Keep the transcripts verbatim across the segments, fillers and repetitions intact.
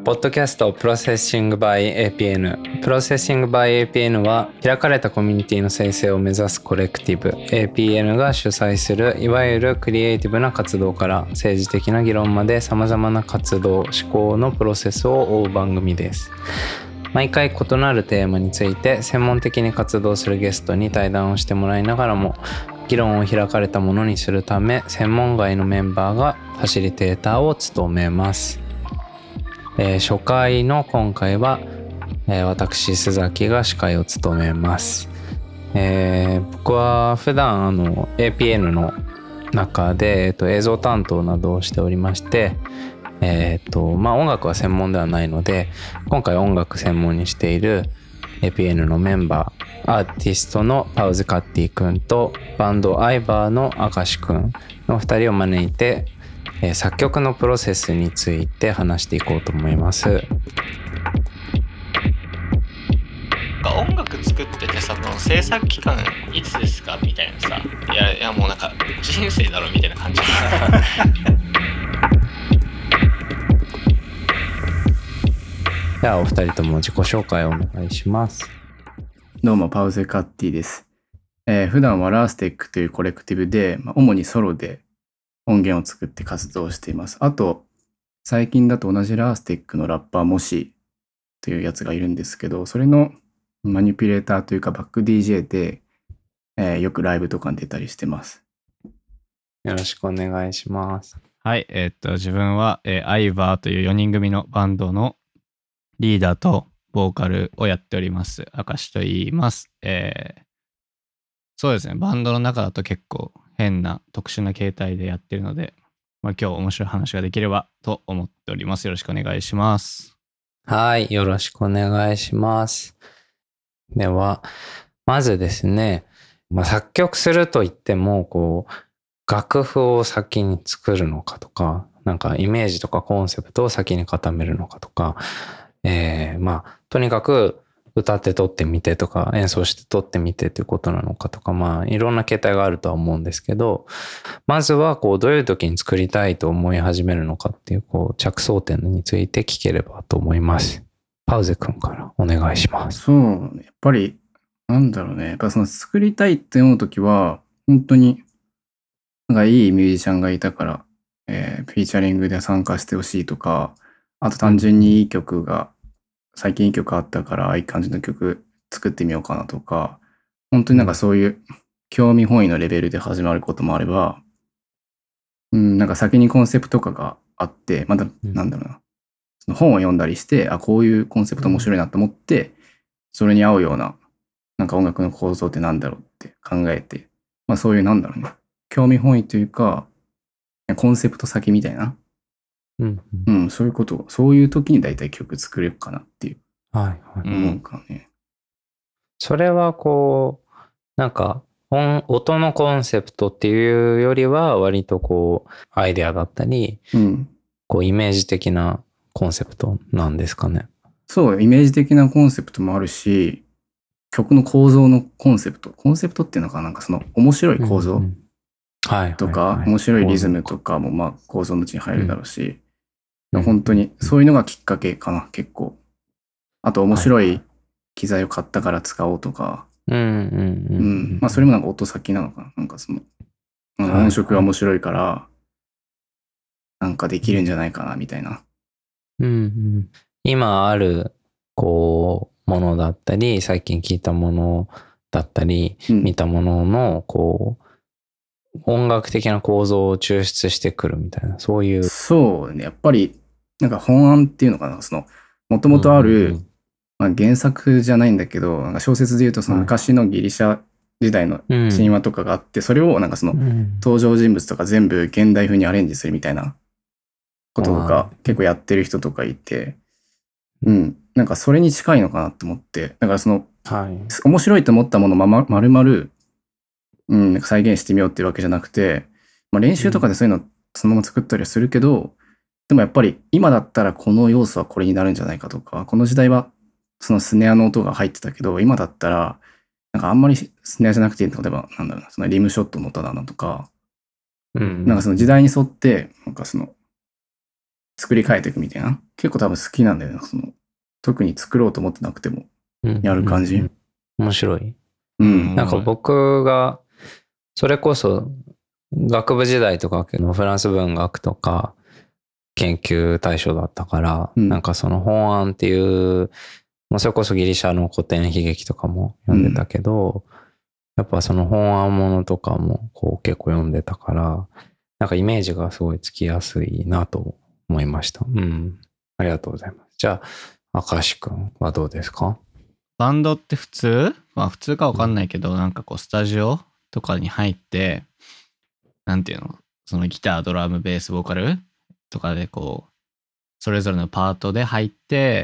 ポッドキャストプロセッシング by エーピーエヌ。プロセッシング by エーピーエヌ は開かれたコミュニティの生成を目指すコレクティブ エーピーエヌ が主催するいわゆるクリエイティブな活動から政治的な議論まで様々な活動思考のプロセスを追う番組です。毎回異なるテーマについて専門的に活動するゲストに対談をしてもらいながらも議論を開かれたものにするため専門外のメンバーがファシリテーターを務めます。えー、初回の今回は、えー、私須崎が司会を務めます。えー、僕は普段あの エーピーエヌ の中で、えー、と映像担当などをしておりまして、えーとまあ、音楽は専門ではないので今回音楽専門にしている エーピーエヌ のメンバーアーティストのパウズカッティ君とバンドアイバーの明石君のふたりを招いてえー、作曲のプロセスについて話していこうと思います。 音楽作っててさ、この制作期間いつですかみたいなさ、いやいやもうなんか人生だろみたいな感じではお二人とも自己紹介をお願いします。 どうもパウゼカッティです。えー、普段はラーステックというコレクティブで、まあ、主にソロで音源を作って活動しています。あと、最近だと同じラーステックのラッパーモシというやつがいるんですけど、それのマニピュレーターというかバック ディージェー で、えー、よくライブとかに出たりしてます。 よろしくお願いします。 はい、えー、っと、自分は、えー、アイバーというよにん組のバンドのリーダーとボーカルをやっております。明石と言います。えー、そうですね、バンドの中だと結構変な特殊な形態でやってるので、まあ、今日面白い話ができればと思っております。よろしくお願いします。 はい、よろしくお願いします。では、まずですね、まあ、作曲するといっても、こう、楽譜を先に作るのかとか、なんかイメージとかコンセプトを先に固めるのかとか、えー、まあ、とにかく歌って撮ってみてとか演奏して撮ってみてということなのかとか、まあいろんな形態があるとは思うんですけど、まずはこうどういう時に作りたいと思い始めるのかっていうこう着想点について聞ければと思います。パウゼ君からお願いします。 そう、やっぱりなんだろうね、やっぱその作りたいって思う時は本当になんかいいミュージシャンがいたから、えー、フィーチャリングで参加してほしいとか、あと単純にいい曲が、最近いい曲あったからいい感じの曲作ってみようかなとか、本当になんかそういう興味本位のレベルで始まることもあれば、うん、なんか先にコンセプトとかがあって、まだなんだろうな、その本を読んだりして、あ、こういうコンセプト面白いなと思って、それに合うような、なんか音楽の構造ってなんだろうって考えて、まあそういうなんだろうね、興味本位というか、コンセプト先みたいな、 うんうん、そういうこと、そういう時に大体曲作れるかなっていう、 はいはい、 思うかね。 うん、それはこう、なんか音、音のコンセプトっていうよりは割とこう、アイデアだったり、 うん、 こうイメージ的なコンセプトなんですかね。 そう、イメージ的なコンセプトもあるし、曲の構造のコンセプト、コンセプトっていうのかなんかその面白い構造、うんうん、 はいとか、はいはいはい、面白いリズムとかもまあ構造のうちに入るだろうし、うん、本当にそういうのがきっかけかな、結構。あと面白い機材を買ったから使おうとか、 うんうんうんうん、 まあそれもなんか音先なのかな、なんかその、音色が面白いから、はいはい、なんかできるんじゃないかなみたいな。 うんうん、今あるこうものだったり、最近聞いたものだったり、うん、見たもののこう音楽的な構造を抽出してくるみたいな、そういう。 そうね、やっぱりなんか本案っていうのかな、そのもともとある、うんうん、まあ、原作じゃないんだけど、なんか小説で言うとその昔のギリシャ時代の神話とかがあって、うん、それをなんかその登場人物とか全部現代風にアレンジするみたいなこととか結構やってる人とかいて、うん、なんかそれに近いのかなと思って、だからその、はい、面白いと思ったものをまるまるうん、なんか再現してみようっていうわけじゃなくて、まあ、練習とかでそういうのそのまま作ったりはするけど、うん、でもやっぱり今だったらこの要素はこれになるんじゃないかとか、この時代はそのスネアの音が入ってたけど、今だったらなんかあんまりスネアじゃなくて、例えばなんだろうな、そのリムショットの音だなとか、うん、なんかその時代に沿ってなんかその作り変えていくみたいな。結構多分好きなんだよね。その特に作ろうと思ってなくてもやる感じ。 うんうんうん、面白い。 うん。 なんか僕が、それこそ学部時代とかのフランス文学とか研究対象だったから、 うん、 なんかその本案っていう、もうそれこそギリシャの古典悲劇とかも読んでたけど、うん、やっぱその本案ものとかもこう結構読んでたから、なんかイメージがすごいつきやすいなと思いました。うん。ありがとうございます。じゃあ、明石くんはどうですか？ バンドって普通まあ普通かわかんないけど、うん、なんかこうスタジオとかに入って、なんていうの、そのギター、ドラム、ベース、ボーカルとかでこう、それぞれのパートで入って、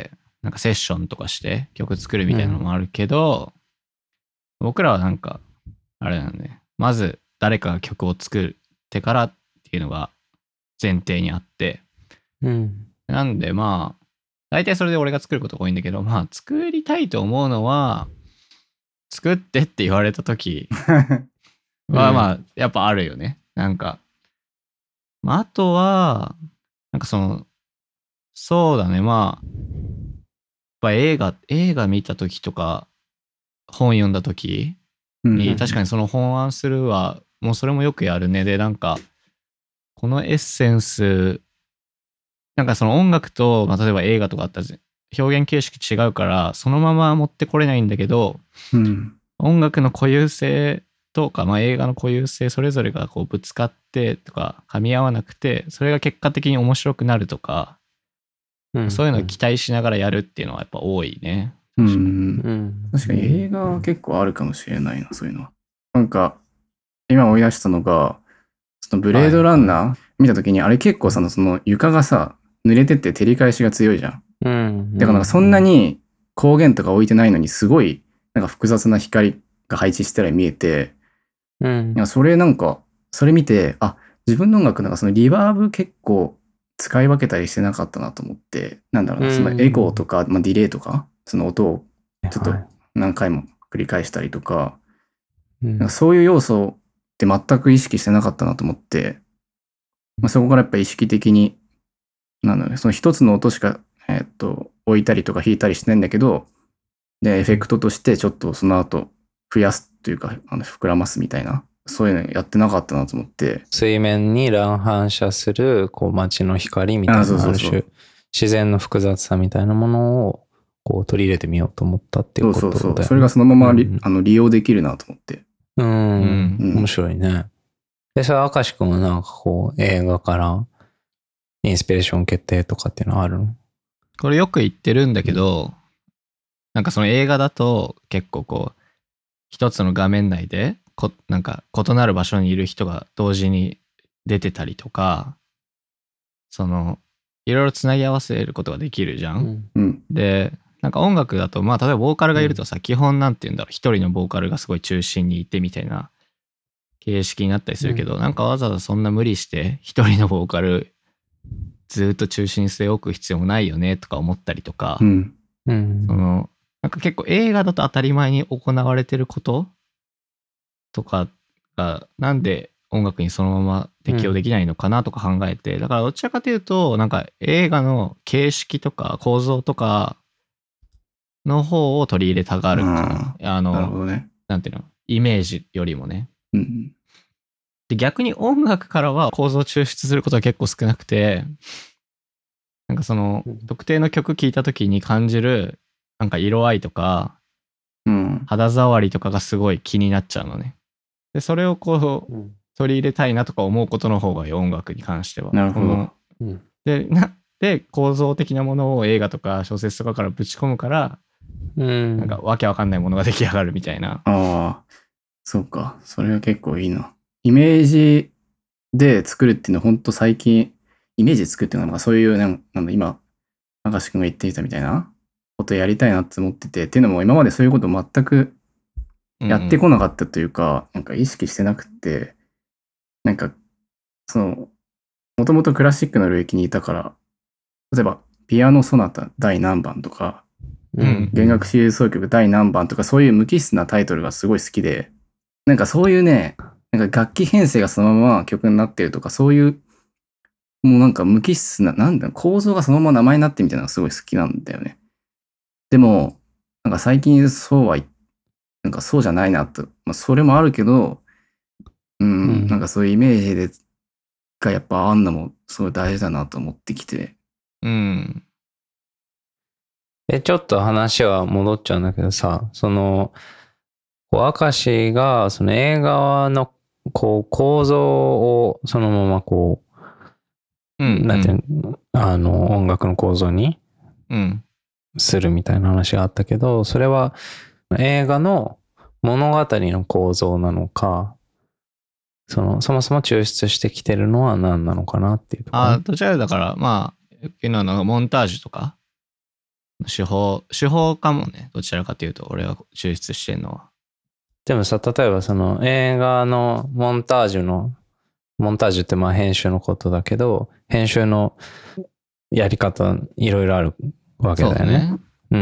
なんかセッションとかして曲作るみたいなのもあるけど、うん、僕らはなんか、あれなんで、ね、まず誰かが曲を作ってからっていうのが前提にあって、 うん、 なんでまあ、大体それで俺が作ることが多いんだけど、まあ作りたいと思うのは、作ってって言われた時はまあやっぱあるよね。なんか、まあ、あとは、なんかその、そうだね、まあ、やっぱ映画、映画見た時とか、本読んだ時に、うん、確かにその本案するは、もうそれもよくやるね。で、なんか、このエッセンス、なんかその音楽と、まあ、例えば映画とかあったら表現形式違うからそのまま持ってこれないんだけど、 うん、 音楽の固有性とか、まあ、映画の固有性それぞれがこうぶつかってとか噛み合わなくてそれが結果的に面白くなるとか、うん、そういうのを期待しながらやるっていうのはやっぱ多いね。 うんうん、確かに映画は結構あるかもしれないな、そういうのは。なんか今思い出したのがそのブレードランナー見た時に、はい、あれ結構そのその床がさ濡れてて照り返しが強いじゃん。 うん、 だからなんかそんなに光源とか置いてないのにすごいなんか複雑な光が配置してら見えて、 うん、 いやそれなんかそれ見てあ自分の音楽なんかそのリバーブ結構使い分けたりしてなかったなと思って、なんだろうな、そのエコーとか、まあ、ディレイとかその音をちょっと何回も繰り返したりとか、はい、なんかそういう要素って全く意識してなかったなと思って、まあ、そこからやっぱり意識的になので、その一つの音しか、えー、っと置いたりとか弾いたりしてないんだけど、で、エフェクトとしてちょっとその後増やすというか、あの膨らますみたいな、そういうのやってなかったなと思って。 水面に乱反射する、こう街の光みたいな、ある種、自然の複雑さみたいなものをこう取り入れてみようと思ったっていうことだよね。 そうそうそう。それがそのまま、うん、あの利用できるなと思って。 うん、うん、面白いね。で、それは明石くんはなんかこう映画からインスピレーション決定とかっていうのはあるの？ これよく言ってるんだけど、うん、なんかその映画だと結構こう一つの画面内でこなんか異なる場所にいる人が同時に出てたりとか、そのいろいろつなぎ合わせることができるじゃん。 うん、 で、なんか音楽だとまあ例えばボーカルがいるとさ、うん、基本なんて言うんだろう、一人のボーカルがすごい中心にいてみたいな形式になったりするけど、うん、なんかわざわざそんな無理して一人のボーカルずっと中心性を置く必要もないよねとか思ったりとか、 うんうん、そのなんか結構映画だと当たり前に行われてることとかがなんで音楽にそのまま適用できないのかなとか考えて、うん、だからどちらかというとなんか映画の形式とか構造とかの方を取り入れたがるかな。 うん、 あの、 なるほどね。 なんていうの、イメージよりもね。 うん、 で逆に音楽からは構造を抽出することは結構少なくて、なんかその、うん、特定の曲聴いた時に感じるなんか色合いとか、 うん、 肌触りとかがすごい気になっちゃうのね。でそれをこう、うん、取り入れたいなとか思うことの方がいい、音楽に関しては。 なるほど。 うん、 でなで構造的なものを映画とか小説とかからぶち込むから、 うん、 なんかわけわかんないものが出来上がるみたいな。 ああ、そうか。それは結構いいな。イメージで作るっていうのは本当最近、イメージで作るっていうのはそういうなんなんだ今明石くんが言っていたみたいなことやりたいなって思ってて、っていうのも今までそういうことを全くやってこなかったというか、うんうん、なんか意識してなくて、なんかそのもともとクラシックの領域にいたから、例えばピアノソナタ第何番とか、 うん、 弦楽四重奏曲第何番とか、そういう無機質なタイトルがすごい好きで、なんかそういうね、なんか楽器編成がそのまま曲になってるとか、そういうもうなんか無機質な、なんだろう、構造がそのまま名前になってみたいなのがすごい好きなんだよね。でも、なんか最近そうは、なんかそうじゃないなと。まあ、それもあるけど、うん、 うん、 なんかそういうイメージでがやっぱあんのもすごい大事だなと思ってきて。 うん。 え、ちょっと話は戻っちゃうんだけどさ、その、こう、明石が、その映画の、こう、構造をそのままこう、 うん。 なんていうの、あの、音楽の構造にうん。 するみたいな話があったけど、それは映画の物語の構造なのか、その、そもそも抽出してきてるのは何なのかなっていうところ。 あ、どちらかだから、まあ、今のモンタージュとか、手法、手法かもね。どちらかというと、俺が抽出してるのは。 でもさ、例えばその映画のモンタージュの、モンタージュってまあ編集のことだけど、編集のやり方いろいろあるわけだよね。 そうね。 うん。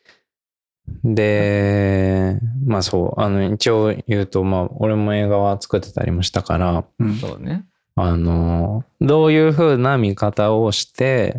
で、まあそう、あの一応言うと、まあ俺も映画は作ってたりもしたから、 うん、 そうね。 あの、どういう風な見方をして、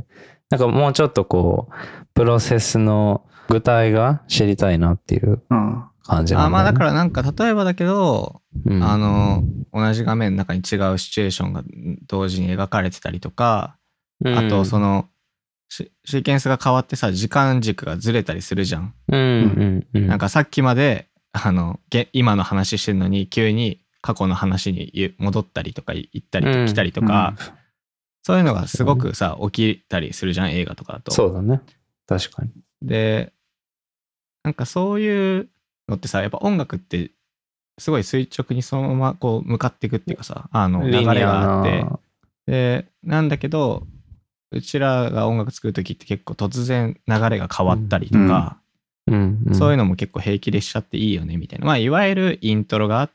なんかもうちょっとこう、プロセスの具体が知りたいなっていうあ感じなんだよね。 あ、まあだからなんか例えばだけど、 うん、 あの、同じ画面の中に違うシチュエーションが同時に描かれてたりとか、 うん、 あとそのシ、シーケンスが変わってさ、時間軸がずれたりするじゃん。 うんうんうん、 なんかさっきまで、あの、げ今の話してるのに急に過去の話に戻ったりとか行ったりと来たりとか、 うんそういうのがすごくさ、起きたりするじゃん、映画とかだと。 そうだね。確かに。 で、なんかそういうのってさ、やっぱ音楽ってすごい垂直にそのままこう向かっていくっていうかさ、あの流れがあって、で、なんだけど、うちらが音楽作るときって結構突然流れが変わったりとか、 うんうん、 そういうのも結構平気でしちゃっていいよねみたいな。まあ、いわゆるイントロがあって、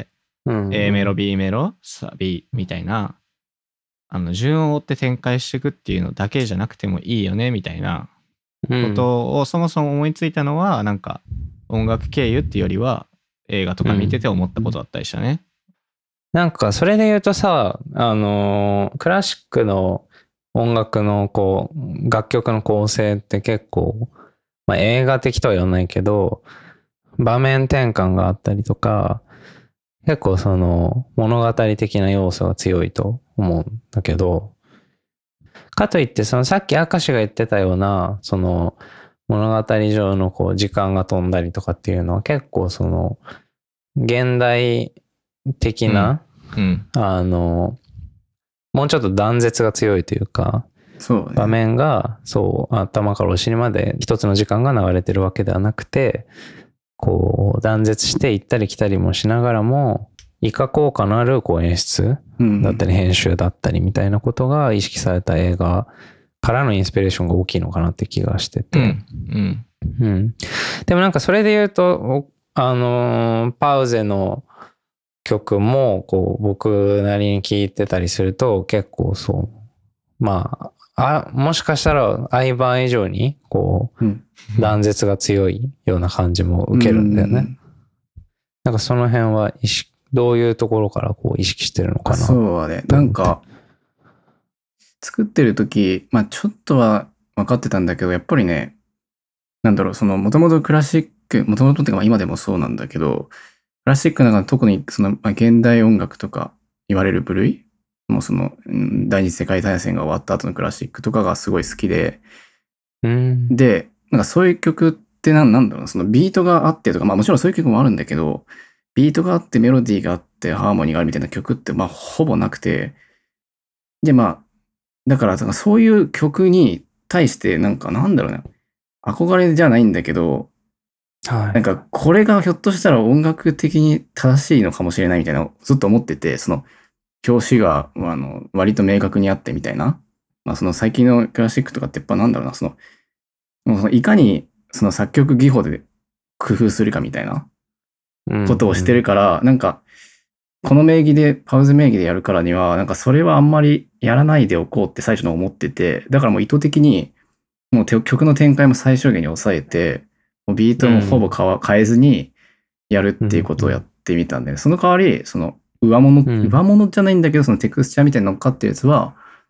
うんうん、 A メロ、B メロ、サビみたいな、あの順を追って展開していくっていうのだけじゃなくてもいいよねみたいなことをそもそも思いついたのは、なんか音楽経由っていうよりは映画とか見てて思ったことだったりしたね。 うん、なんかそれで言うとさ、あのー、クラシックの音楽のこう楽曲の構成って結構、まあ、映画的とは言わないけど場面転換があったりとか結構その物語的な要素が強いと思うんだけど、かといってそのさっき明石が言ってたようなその物語上のこう時間が飛んだりとかっていうのは結構その現代的な、 うんうん、 あのもうちょっと断絶が強いというか、 そうね、 場面がそう頭からお尻まで一つの時間が流れてるわけではなくて、こう断絶して行ったり来たりもしながらも以下効果のあるこう演出だったり編集だったりみたいなことが意識された映画からのインスピレーションが大きいのかなって気がしてて、 うんうんうん、でもなんかそれで言うとあのー、パウゼの曲もこう僕なりに聴いてたりすると結構そうまああもしかしたらアイバー以上にこう、うん、断絶が強いような感じも受けるんだよね。うん、なんかその辺は意識どういうところからこう意識してるのかな。 そうね。なんか作ってる時、まあちょっとは分かってたんだけど、やっぱりね、なんだろう、そのもともとクラシック、もともとっていうか今でもそうなんだけど、クラシックの中で特にその、まあ、現代音楽とか言われる部類、もうその第二次世界大戦が終わった後のクラシックとかがすごい好きで、 うん、 で、なんかそういう曲ってなんなんだろうな、そのビートがあってとか、まあもちろんそういう曲もあるんだけど、ビートがあってメロディーがあってハーモニーがあるみたいな曲ってまあほぼなくて、でまあだからそういう曲に対してなんかなんだろうな、憧れじゃないんだけど、 はい、 なんかこれがひょっとしたら音楽的に正しいのかもしれないみたいなのをずっと思ってて、その表紙があの割と明確にあってみたいな、まあその最近のクラシックとかってやっぱなんだろうな、そのもうそのいかにその作曲技法で工夫するかみたいなことをしてるから、うんうん、なんかこの名義でパウズ名義でやるからにはなんかそれはあんまりやらないでおこうって最初の思ってて、だからもう意図的にもう曲の展開も最小限に抑えて、もうビートもほぼ変えずにやるっていうことをやってみたんで、ね、その代わりその上物、うん、上物じゃないんだけどそのテクスチャーみたいに乗っかってるやつは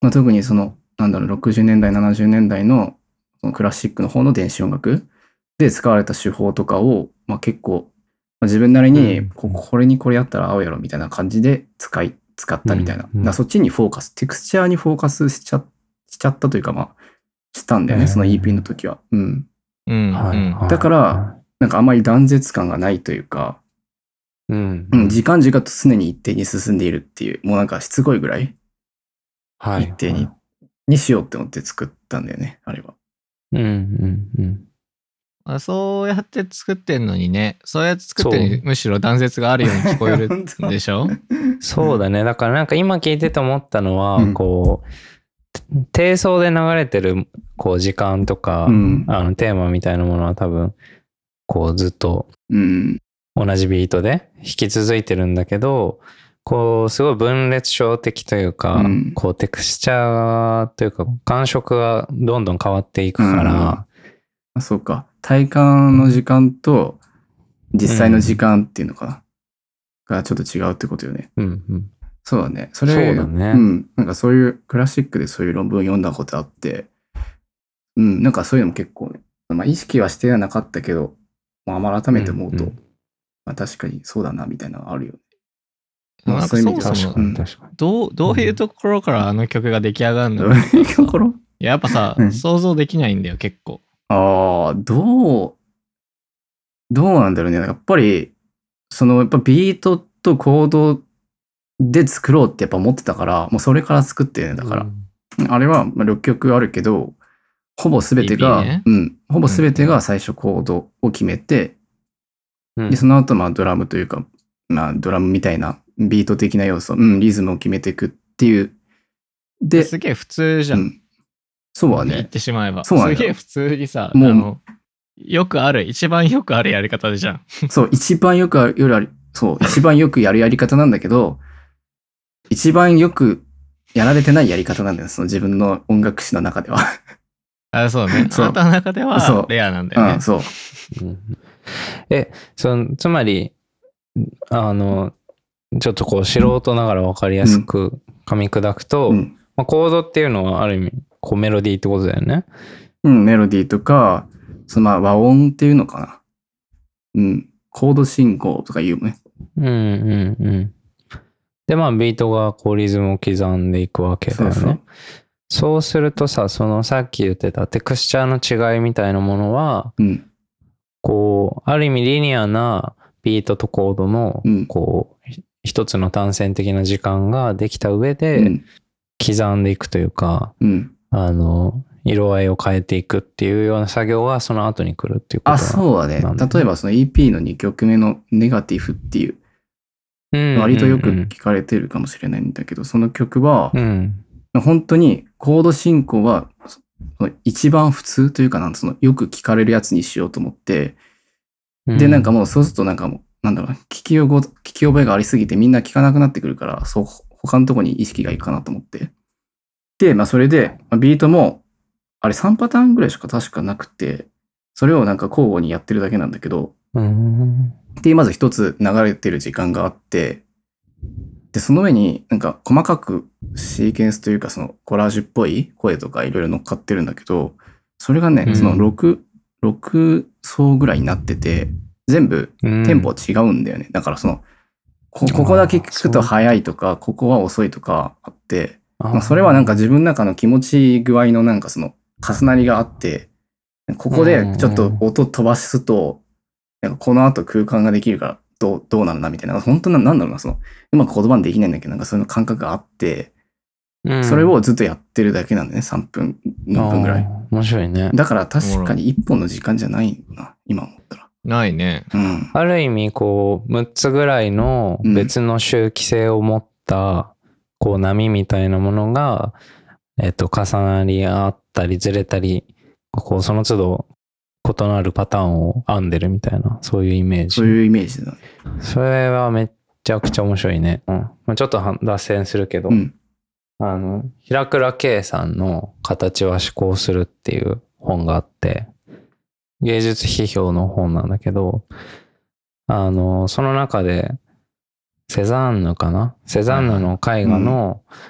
まあ、特にその、なんだろう、ろくじゅうねんだい、ななじゅうねんだいのそのクラシックの方の電子音楽で使われた手法とかを、まあ、結構、まあ、自分なりうにんこ、これにこれやったら合うやろみたいな感じで使い、使ったみたいな。 うんうんだからそっちにフォーカス、テクスチャーにフォーカスしちゃ、しちゃったというか、まあ、したんだよね、 へーその イーピー の時は。うん。 うん。 はいはいだからなんかあまり断絶感がないというか、 うんうん、時間軸が常に一定に進んでいるっていう、もうなんかしつこいぐらいはい一定に、にしようって思って作ったんだよね、あれは。 うんうんうんあそうやって作ってんのにね、そうやって作ってるのそうにむしろ断絶があるように聞こえるんでしょそうだね。だからなんか今聞いてて思ったのは、 うんこう、低層で流れてるこう時間とか、 うんあのテーマみたいなものは多分、こうずっとうん。 同じビートで弾き続いてるんだけど、こうすごい分裂症的というか、 うんこうテクスチャーというか感触がどんどん変わっていくから、 あ、そうか。体感の時間と実際の時間っていうのかな。がちょっと違うってことよね。 うんうん、 そうだね。それ、 そうだねうん。なんかそういうクラシックでそういう論文読んだことあって、うん。なんかそういうのも結構ね、まあ意識はしてはなかったけど、まあ改めて思うと、 うんうんまあ確かにそうだなみたいなのがあるよね。 なんかそういう意味では確そもそもかに確かに。 どう、どういうところからあの曲が出来上がるのどういうところやっぱさ、 うん想像できないんだよ、結構。 ああ、どう、どうなんだろうね。やっぱり、そのやっぱビートとコードで作ろうってやっぱ思ってたから、もうそれから作ってね。だから、あれはまあろっきょくあるけど、ほぼ全てが、 イーピー ねうん、ほぼ全てが最初コードを決めて、 うん、 で、その後まあドラムというか、まあドラムみたいなビート的な要素、うん、リズムを決めていくっていう。で、 すげえ普通じゃ。 うんん、そうは言っね、 てしまえば。 そうなんだよすげえ普通にさ、 もうあの、よくある、一番よくあるやり方じゃん。 そう、一番よくある、よりあり、そう、一番よくやるやり方なんだけど、一番よくやられてないやり方なんだよ、その自分の音楽史の中では。 あ、そうね。 そうあなたの中でそうはレアなんだよね。 うん、そう。 うんえ、その、つまり、あの、ちょっとこう素人ながら分かりやすく噛み砕くと、 うん、 まあ、コードっていうのはある意味、こうメロディーってことだよね。 うん、メロディーとか、そのまあ和音っていうのかな。うん、コード進行とか言うよね。 うんうんうん。で、まあビートがこうリズムを刻んでいくわけだよね。 そうそうそうするとさ、そのさっき言ってたテクスチャーの違いみたいなものは、 うん、 こう、ある意味リニアなビートとコードのうん、 こう、一つの単線的な時間ができた上うでん、 刻んでいくというか、 うん。 あの、色合いを変えていくっていうような作業がその後に来るっていうことあ、そうだね。 なんだね例えばその イーピー のにきょくめのネガティブっていう、 うん割とよくうん聞かれてるかもしれないんだけど、その曲はう、ん。 本当にコード進行はその一番普通というかなんそのよく聞かれるやつにしようと思って、 うんで、なんかもうそうするとなんかもう、なんだろうな、聞き覚え、聞き覚えがありすぎてみんな聞かなくなってくるから、そう、他のとこに意識がいくかなと思って。で、まあそれで、まあ、ビートも、あれさんパターンぐらいしか確かなくて、それをなんか交互にやってるだけなんだけど、 うんで、まず一つ流れてる時間があって、で、その上になんか細かくシーケンスというかそのコラージュっぽい声とかいろいろ乗っかってるんだけど、それがね、 うんそのろく、ろく層ぐらいになってて、全部うんテンポ違うんだよね。だからその、こここだけ聞くと速いとか、ここは遅いとかあって、まあ、それはなんか自分の中の気持ち具合のなんかその重なりがあって、ここでちょっと音飛ばすと、なんかこの後空間ができるからどう、どうなるなみたいな、本当な、なんだろうな、その、うまく言葉にできないんだけど、なんかそういう感覚があって、 うんそれをずっとやってるだけなんだよね、さんぷん、よんぷんぐらい。 あー面白いね。 だから確かにいっぽんの時間じゃないな、今思ったら。 ないね。 うん。 ある意味こうむっつぐらいの別の周期性を持ったこう波みたいなものが、えっと重なり合ったりずれたり、こうその都度異なるパターンを編んでるみたいな、そういうイメージ。 そういうイメージだね。 それはめっちゃくちゃ面白いね。うん。まあちょっとは脱線するけど、 うん。 あの平倉圭さんの形は思考するっていう本があって、芸術批評の本なんだけど、あのその中でセザンヌかなセザンヌの絵画の、 う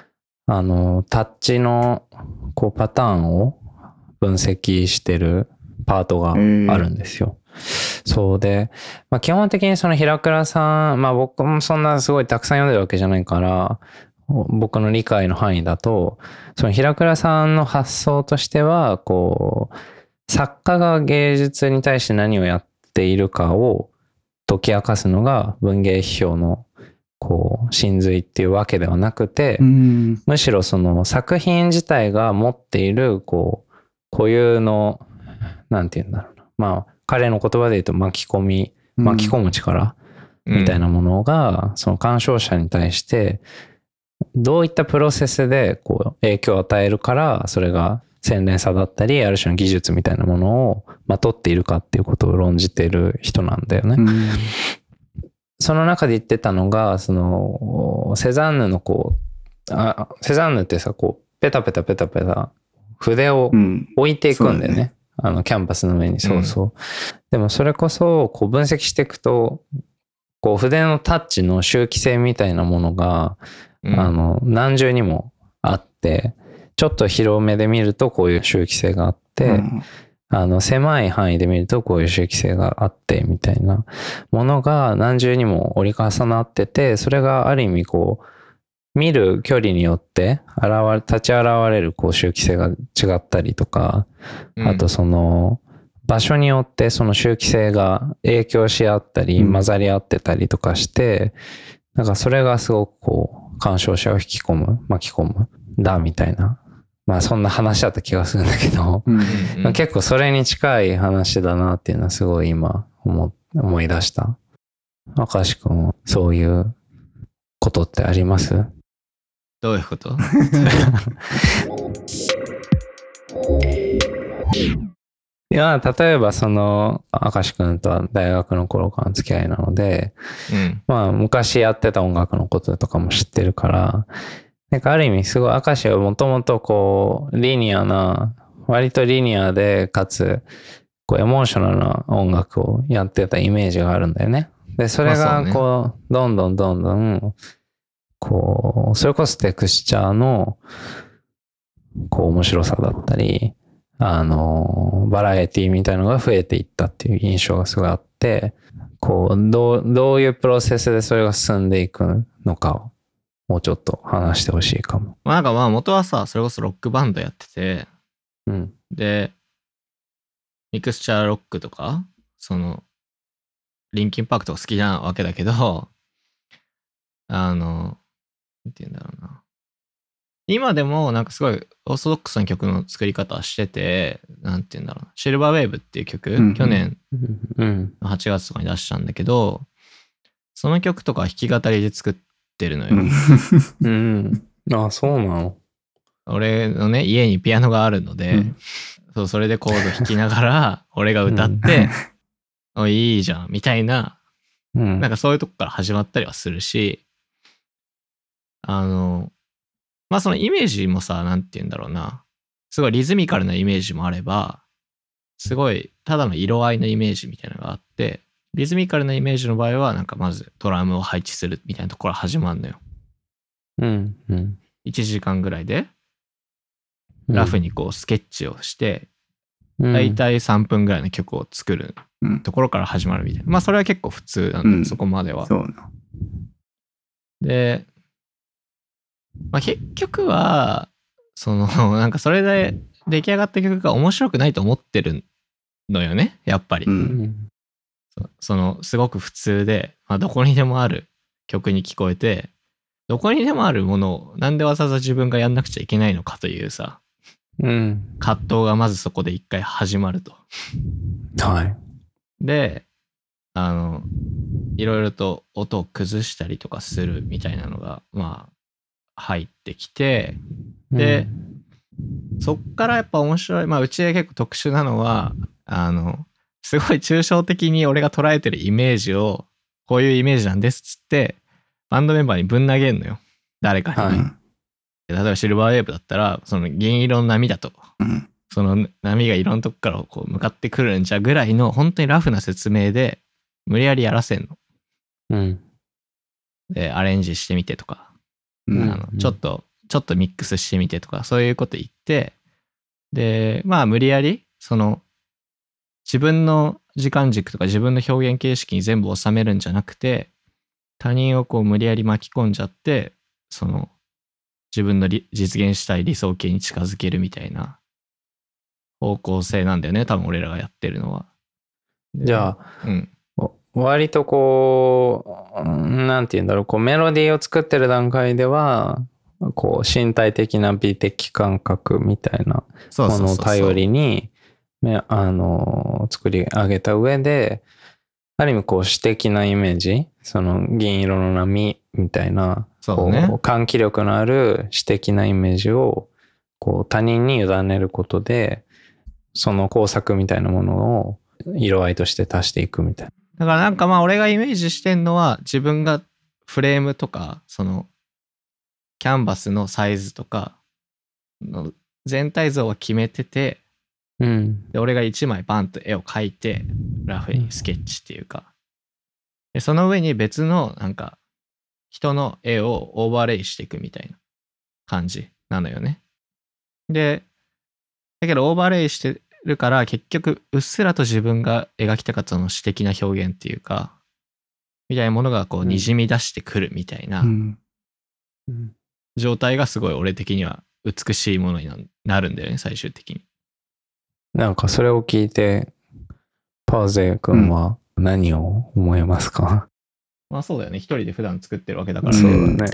あの、タッチのこうパターンを分析してるパートがあるんですよ。そうで、まあ、基本的にその平倉さん、まあ僕もそんなすごいたくさん読んでるわけじゃないから、僕の理解の範囲だと、その平倉さんの発想としては、こう、作家が芸術に対して何をやっているかを解き明かすのが文芸批評のこう真髄っていうわけではなくて、 うん、 むしろその作品自体が持っているこう固有のなんて言うんだろうな、まあ彼の言葉で言うと巻き込み巻き込む力みたいなものがその鑑賞者に対してどういったプロセスでこう影響を与えるからそれが洗練さだったりある種の技術みたいなものをまとっているかっていうことを論じている人なんだよね。 うん、 その中で言ってたのがそのセザンヌのこうあセザンヌってさこうペタペタペタペタ筆を置いていくんだよね。うん、ねあのキャンバスの上にそうそう。うん、でもそれこそこう分析していくとこう筆のタッチの周期性みたいなものが、うん、あの何重にもあってちょっと広めで見るとこういう周期性があって、うん、あの狭い範囲で見るとこういう周期性があってみたいなものが何重にも折り重なっててそれがある意味こう見る距離によって現れ立ち現れるこう周期性が違ったりとか、うん、あとその場所によってその周期性が影響し合ったり混ざり合ってたりとかして、うん、なんかそれがすごくこう鑑賞者を引き込む巻き込むだみたいなまあそんな話だった気がするんだけど、うんうん、結構それに近い話だなっていうのはすごい今 思, 思い出した。明石くんそういうことってあります？ どういうこといや例えばその明石くんとは大学の頃からの付き合いなので、うん、まあ昔やってた音楽のこととかも知ってるからなんかある意味すごい明石はもともとこうリニアな割とリニアでかつこうエモーショナルな音楽をやってたイメージがあるんだよね。でそれがこうどんどんどんどんこうそれこそテクスチャーのこう面白さだったりあのバラエティみたいなのが増えていったっていう印象がすごいあってこうどうどういうプロセスでそれが進んでいくのかをもうちょっと話してほしいかも。 まあなんかまあ元はさそれこそロックバンドやってて、 うん、 でミクスチャーロックとかそのリンキンパークとか好きなわけだけどあのなんて言うんだろうな今でもなんかすごいオーソドックスな曲の作り方しててなんて言うんだろうなシルバーウェーブっていう曲、うん、去年のはちがつとかに出したんだけどその曲とか弾き語りで作ってるのよ。 うん、ああそうなの。 俺のね家にピアノがあるので、うん、そうそれでコード弾きながら俺が歌って、うん、おいいじゃんみたいな、うん、なんかそういうとこから始まったりはするしあのまあそのイメージもさなんて言うんだろうなすごいリズミカルなイメージもあればすごいただの色合いのイメージみたいなのがあってリズミカルなイメージの場合はなんかまずドラムを配置するみたいなところから始まるのよ。 うんうん。 いちじかんぐらいでラフにこうスケッチをして、うん、だいたいさんぷんぐらいの曲を作るところから始まるみたいな。まあそれは結構普通なんだよ、うん、そこまでは。 そうな。 で、まあ、結局はそのなんかそれで出来上がった曲が面白くないと思ってるのよねやっぱり。うんそのすごく普通で、まあ、どこにでもある曲に聞こえてどこにでもあるものをなんでわざわざ自分がやんなくちゃいけないのかというさ、 うん、 葛藤がまずそこで一回始まると。 はい。 であのいろいろと音を崩したりとかするみたいなのがまあ入ってきてで、うん、そっからやっぱ面白いまあうちで結構特殊なのはあのすごい抽象的に俺が捉えてるイメージをこういうイメージなんですっつってバンドメンバーにぶん投げんのよ誰かに、はい、例えばシルバーウェーブだったらその銀色の波だと、うん、その波がいろんなとこからこう向かってくるんじゃぐらいの本当にラフな説明で無理やりやらせんの、 うん、 でアレンジしてみてとか、うん、あのちょっとちょっとミックスしてみてとかそういうこと言って、でまあ無理やりその自分の時間軸とか自分の表現形式に全部収めるんじゃなくて、他人をこう無理やり巻き込んじゃって、その自分の実現したい理想形に近づけるみたいな方向性なんだよね、多分俺らがやってるのは。 じゃあ、 うん、 割とこう、なんて言うんだろう、こうメロディーを作ってる段階では、こう身体的な美的感覚みたいなものを頼りに、あの作り上げた上で、ある意味こう詩的なイメージ、その銀色の波みたいな、 そうね、 こう喚起力のある詩的なイメージをこう他人に委ねることで、その工作みたいなものを色合いとして足していくみたいな。 だからなんかまあ俺がイメージしてんのは、自分がフレームとかそのキャンバスのサイズとかの全体像を決めてて、 うん、 で俺が一枚バンと絵を描いてラフにスケッチっていうか、でその上に別のなんか人の絵をオーバーレイしていくみたいな感じなのよね。でだけどオーバーレイしてるから結局うっすらと自分が描きたかったその詩的な表現っていうかみたいなものがこうにじみ出してくるみたいな状態がすごい俺的には美しいものになるんだよね、最終的に。 なんかそれを聞いてパーゼ君は何を思いますか？ まあそうだよね、一人で普段作ってるわけだから、 そうだね。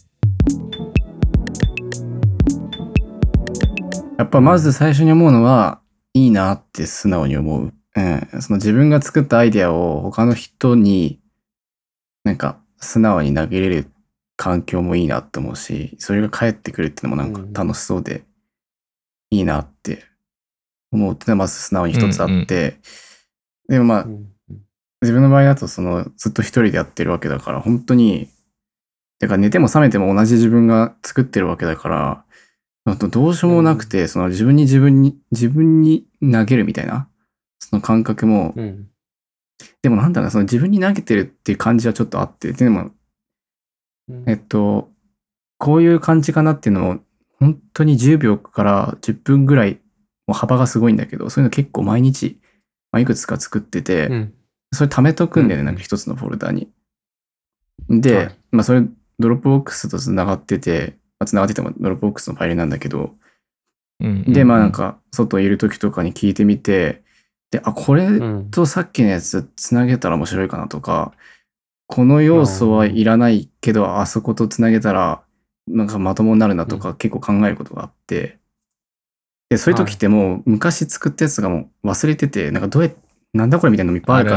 やっぱまず最初に思うのは、いいなって素直に思う。うん、その自分が作ったアイデアを他の人になんか素直に投げれる環境もいいなって思うし、それが返ってくるっていうのもなんか楽しそうでいいなって思うっていうのはまず素直に一つあって、うんうん、でもまあ、うん、自分の場合だとそのずっと一人でやってるわけだから本当に、てか寝ても覚めても同じ自分が作ってるわけだから、どうしようもなくて、その自分に自分に自分に投げるみたいなその感覚も、うん、でもなんだろうな、その自分に投げてるっていう感じはちょっとあって、でも、うん、えっとこういう感じかなっていうのも本当にじゅうびょうからじゅっぷんぐらいもう幅がすごいんだけど、そういうの結構毎日、まあ、いくつか作ってて、うん、それ貯めとくんだよね、うん、なんか一つのフォルダに。で、はい、まあそれドロップボックスとつながってて、つながっててもドロップボックスのファイルなんだけど、うんうんうん、でまあなんか外いる時とかに聞いてみて、であこれとさっきのやつつなげたら面白いかなとか、この要素はいらないけどあそことつなげたらなんかまともになるなとか結構考えることがあって、でそういう時ってもう昔作ったやつがもう忘れてて、なんかどうやなんだこれみたいなのもいっぱいあるから、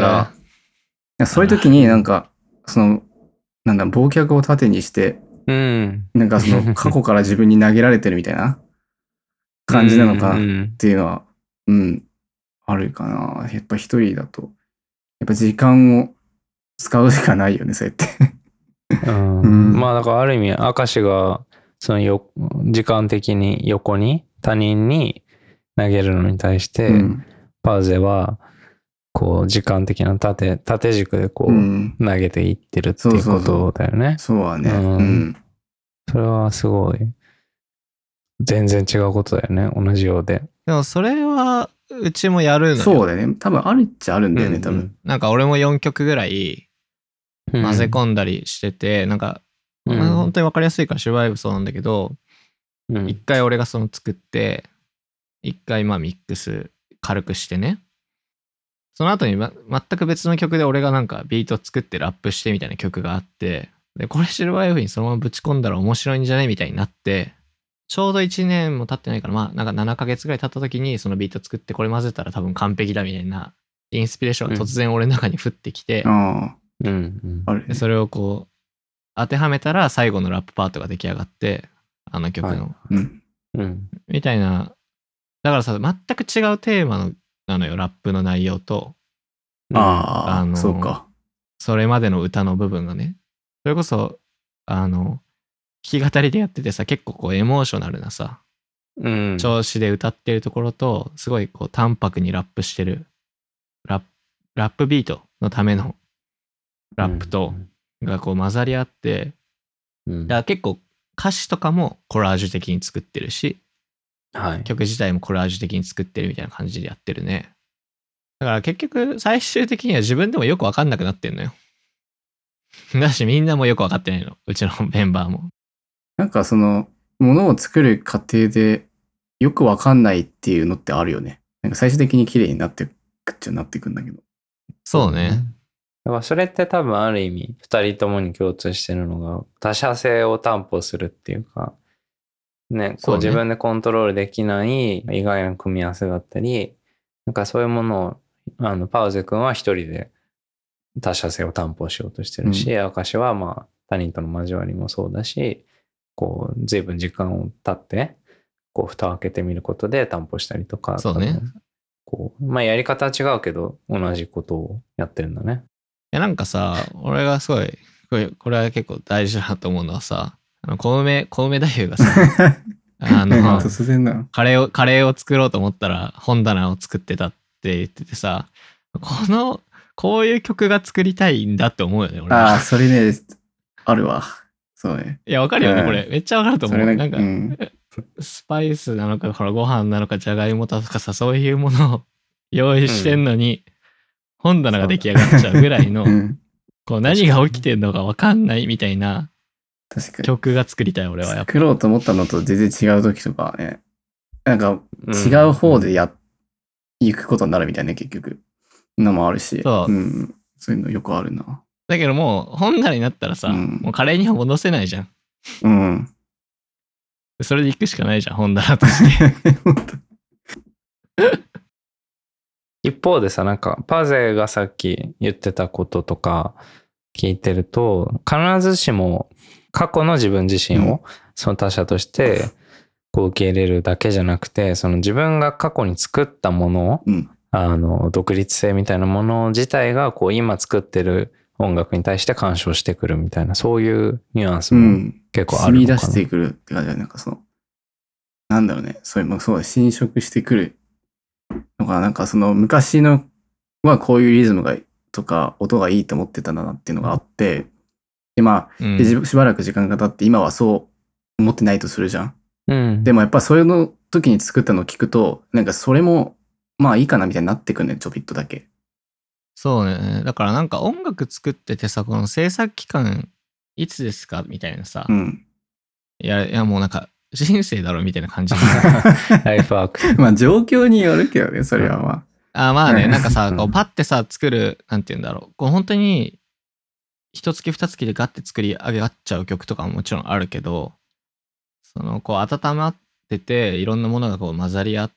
そういう時になんかそのなんだ忘却を盾にして、うん、なんかその過去から自分に投げられてるみたいな感じなのかなっていうのは、うん、うん、あるかな。やっぱ一人だと、やっぱ時間を使うしかないよね、そうやって。 うんうん、まあだからある意味、明石がそのよ時間的に横に他人に投げるのに対して、うん、パーゼはこう時間的な縦縦軸でこう、うん、投げていってるっていうことだよね。 そうはね、うんうん。それはすごい全然違うことだよね、同じようで。 でもそれはうちもやるのよ。 そうだよね。多分あるっちゃあるんだよね、うんうん、多分。 なんか俺もよんきょくぐらい混ぜ込んだりしてて、うん、なんか、うん、本当に分かりやすいからシュバイブそうなんだけど、うん、一回俺がその作って一回まあミックス軽くしてね、その後に、ま、全く別の曲で俺がなんかビート作ってラップしてみたいな曲があって、でこれシルバー F にそのままぶち込んだら面白いんじゃねみたいになって、ちょうどいちねんも経ってないから、まあなんかななかげつぐらい経った時にそのビート作ってこれ混ぜたら多分完璧だみたいなインスピレーションが突然俺の中に降ってきて、 うんでそれをこう当てはめたら最後のラップパートが出来上がって、あの曲の、はいうんうん、みたいな。だからさ、全く違うテーマのなのよ、ラップの内容と。 ああ、あのそうか。 それまでの歌の部分がね。それこそ、あの、弾き語りでやっててさ、結構こうエモーショナルなさ、うん、調子で歌ってるところと、すごいこう淡白にラップしてる、ラップ、ラップビートのためのラップと、がこう混ざり合って、うん、だから結構歌詞とかもコラージュ的に作ってるし、 はい。 曲自体もコラージュ的に作ってるみたいな感じでやってるね。だから結局最終的には自分でもよくわかんなくなってんのよ。だしみんなもよくわかってないの。うちのメンバーも。 なんかその、ものを作る過程でよくわかんないっていうのってあるよね。なんか最終的に綺麗になってくっちゃなってくんだけど。 そうね。 だからそれって多分ある意味二人ともに共通してるのが他者性を担保するっていうか、ね、こう自分でコントロールできない意外な組み合わせだったり、なんかそういうものを、あの、パウゼ君は一人で他者性を担保しようとしてるし、明石はまあ他人との交わりもそうだし、こう随分時間を経って、こう蓋を開けてみることで担保したりとか、 そうね。 こう、まあやり方は違うけど、同じことをやってるんだね。 いやなんかさ、俺がすごい、これこれは結構大事だなと思うのはさ、あの小梅、小梅太夫がさ、あの、 突然な。 カレーを、カレーを作ろうと思ったら本棚を作ってたって言っててさ、この、こういう曲が作りたいんだって思うよね、俺は。 ああ、それね、あるわ。そうね。 いや、わかるよね、 うんこれ。めっちゃわかると思う。 それなんか、 うん、 スパイスなのか、ほら、ご飯なのか、じゃがいもとかさ、そういうものを用意してんのに、本棚が出来上がっちゃうぐらいの、 うん、 こう何が起きてんのかわかんないみたいな確かに。 曲が作りたい、俺はやっぱ。 作ろうと思ったのと全然違う時とかね、なんか違う方でや、行くことになるみたいな、結局。のもあるし、 そう、 うん、そういうのよくあるな。 だけどもう、本棚になったらさ、 うんもうカレーには戻せないじゃん。 うん。 それで行くしかないじゃん、本棚として。 一方でさ、なんかパゼがさっき言ってたこととか聞いてると、必ずしも過去の自分自身をその他者としてこう受け入れるだけじゃなくて、その自分が過去に作ったものを、 うん、 あの独立性みたいなもの自体がこう今作ってる音楽に対して干渉してくるみたいな、そういうニュアンスも結構あるのかな。 染み出してくるって感じだね。なんかその、なんだろうね、そういう、まあ、そうだ、侵食してくるのが、なんかその昔のはこういうリズムがとか音がいいと思ってたんだなっていうのがあって、でまあ、 うんでしばらく時間が経って今はそう思ってないとするじゃん。 うん、 でもやっぱそういうの時に作ったのを聞くと、なんかそれもまあいいかなみたいになってくるね、ちょびっとだけ。 そうね。だからなんか音楽作っててさ、この制作期間いつですかみたいなさ、 うん。 いや、いやもうなんか人生だろみたいな感じで。 ライフワーク。 まあ状況によるけどね、それはまあ。 あまあね、 うんなんかさ、こうパッてさ、作る、なんて言うんだろう。こう本当に、一月二月でガッて作り上がっちゃう曲とかももちろんあるけど、その、こう温まってて、いろんなものがこう混ざり合って、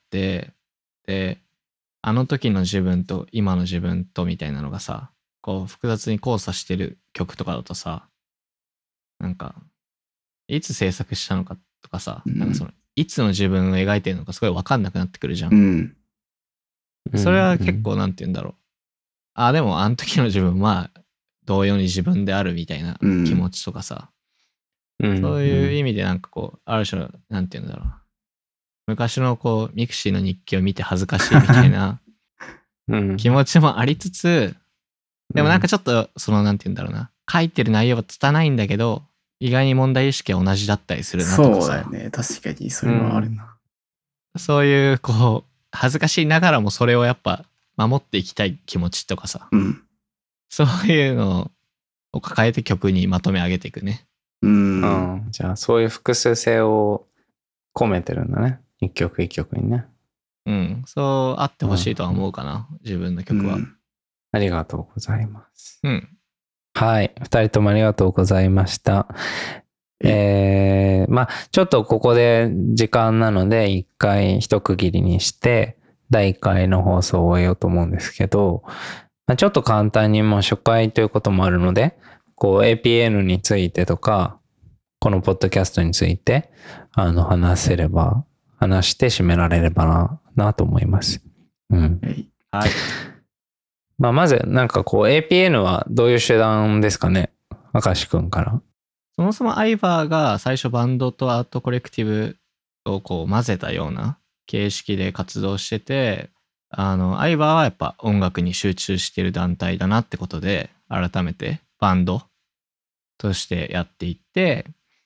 で、あの時の自分と今の自分とみたいなのがさ、こう複雑に交差してる曲とかだとさ、なんか、いつ制作したのかとかさ、 うんなんかその、いつの自分を描いてるのかすごい分かんなくなってくるじゃん。 うん。 それは結構なんて言うんだろう。あ、でもあの時の自分は同様に自分であるみたいな気持ちとかさ、 うん、 そういう意味でなんかこう、ある種の、なんて言うんだろう。昔のこう、ミクシーの日記を見て恥ずかしいみたいな気持ちもありつつ、でもなんかちょっと、そのなんて言うんだろうな。書いてる内容は拙いんだけど、意外に問題意識は同じだったりするなとかさ。 そうだよね。確かにそれはあるな。 そういうこう、恥ずかしいながらもそれをやっぱ守っていきたい気持ちとかさ。 うん。 そういうのを抱えて曲にまとめ上げていくね。 うん。 うん、じゃあそういう複数性を込めてるんだね。一曲一曲にね。 うん。そうあってほしいとは思うかな。自分の曲は。 うんありがとうございます。 うん。 はい。二人ともありがとうございました。えー、まあちょっとここで時間なので一回一区切りにしてだいいっかいの放送を終えようと思うんですけど、まあ、ちょっと簡単にもう初回ということもあるので、こう エーピーエヌ についてとか、このポッドキャストについてあの話せれば、話して締められればな、なと思います。うん。 はい。 まあまずなんかこう エーピーエヌ はどういう手段ですかね、明石くんから。 そもそもアイバーが最初バンドとアートコレクティブをこう混ぜたような形式で活動してて、あの、アイバーはやっぱ音楽に集中してる団体だなってことで、改めてバンドとしてやっていって、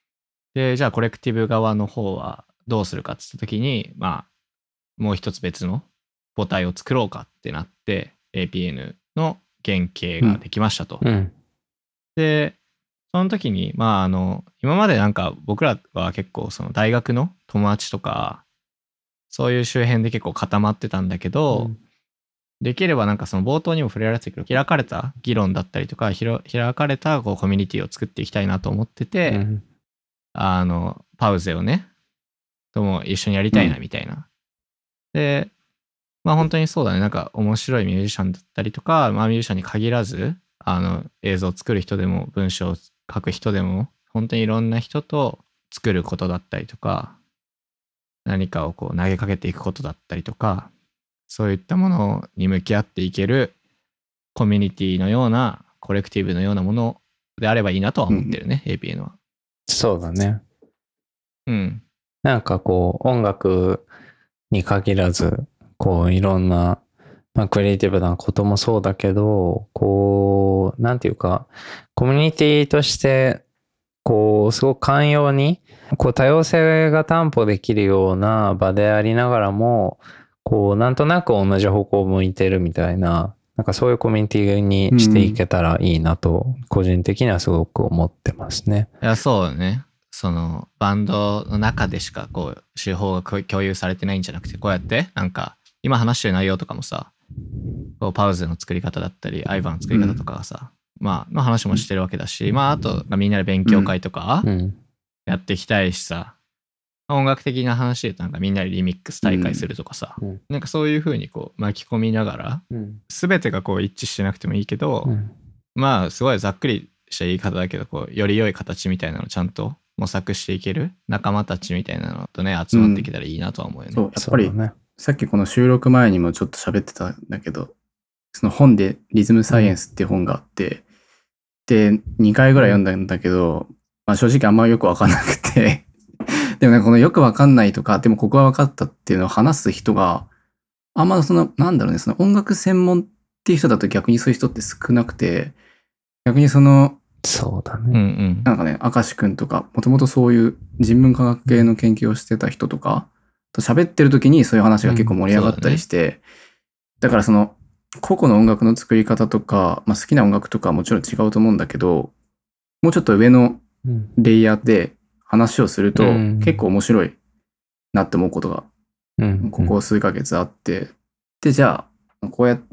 で、じゃあコレクティブ側の方はどうするかって言った時に、まあ、もう一つ別の母体を作ろうかってなって、エーピーエヌ の原型ができましたと。 うん、 で、その時に、まあ、あの、今までなんか僕らは結構その大学の友達とか、そういう周辺で結構固まってたんだけど、うん、できればなんかその冒頭にも触れられてたけど、開かれた議論だったりとか、開かれたこうコミュニティを作っていきたいなと思ってて、うん、あの、パウゼをね、とも一緒にやりたいなみたいな。うん、で、まあ本当にそうだね、なんか面白いミュージシャンだったりとか、まあミュージシャンに限らず、あの映像を作る人でも文章を書く人でも、本当にいろんな人と作ることだったりとか、何かをこう投げかけていくことだったりとか、そういったものに向き合っていけるコミュニティのような、コレクティブのようなものであればいいなとは思ってるね、うん、エーピーエヌ は。 そうだね。 うん。 なんかこう、音楽に限らず、こう、いろんな、まあ、クリエイティブなこともそうだけど、こう、なんていうか、コミュニティとして、こう、すごく寛容に、こう、多様性が担保できるような場でありながらも、こう、なんとなく同じ方向を向いてるみたいな、なんかそういうコミュニティにしていけたらいいなと、個人的にはすごく思ってますね。 いや、そうだね。その、バンドの中でしか、こう、手法が共有されてないんじゃなくて、こうやって、なんか、今話してる内容とかもさ、こうパウズの作り方だったり、アイバーの作り方とかがさ、うん、まあ、の話もしてるわけだし、まあ、あと、みんなで勉強会とか、やっていきたいしさ、うん、音楽的な話で言うと、なんかみんなでリミックス大会するとかさ、うん、なんかそういう風にこう巻き込みながら、すべ、うん、てがこう一致してなくてもいいけど、うん、まあ、すごいざっくりした言い方だけど、こう、より良い形みたいなのをちゃんと模索していける仲間たちみたいなのとね、集まってきたらいいなとは思うよね。 うん、そう、やっぱりね、さっきこの収録前にもちょっと喋ってたんだけど、その本でリズムサイエンスっていう本があって、で、にかいぐらい読んだんだけど、まあ正直あんまよくわかんなくて、でもね、このよくわかんないとか、でもここはわかったっていうのを話す人が、あんまその、なんだろうね、その音楽専門っていう人だと逆にそういう人って少なくて、逆にその、 そうだね。 なんかね、明石くんとか、もともとそういう人文科学系の研究をしてた人とか、と喋ってる時にそういう話が結構盛り上がったりして、うんだね、だからその、個々の音楽の作り方とか、まあ、好きな音楽とかはもちろん違うと思うんだけど、もうちょっと上のレイヤーで話をすると結構面白いなって思うことが、ここ数ヶ月あって、で、じゃあ、こうやって、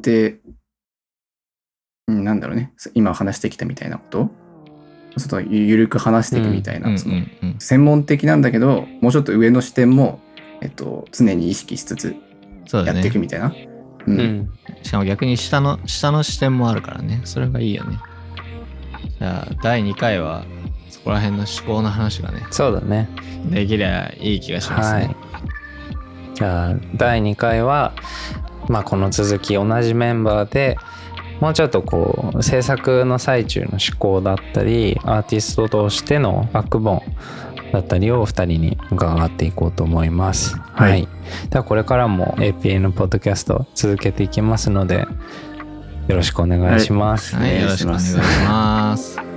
なんだろうね、今話してきたみたいなことを、ちょっとゆるく話していくみたいな、その専門的なんだけど、もうちょっと上の視点も、えっと、常に意識しつつやっていくみたいな。 ううん、しかも逆に下の下の視点もあるからね、それがいいよね。じゃあだいにかいはそこら辺の思考の話がね、 そうだね、 できりゃいい気がしますね。はい、 じゃあだいにかいは、まあ、この続き同じメンバーでもうちょっとこう制作の最中の思考だったり、アーティストとしてのバックボーンだったりをふたりに伺っていこうと思います。はい。はい、ではこれからも エーピーエヌ ポッドキャスト続けていきますので、よろしくお願いします。 はい、はい、よろしくお願いします。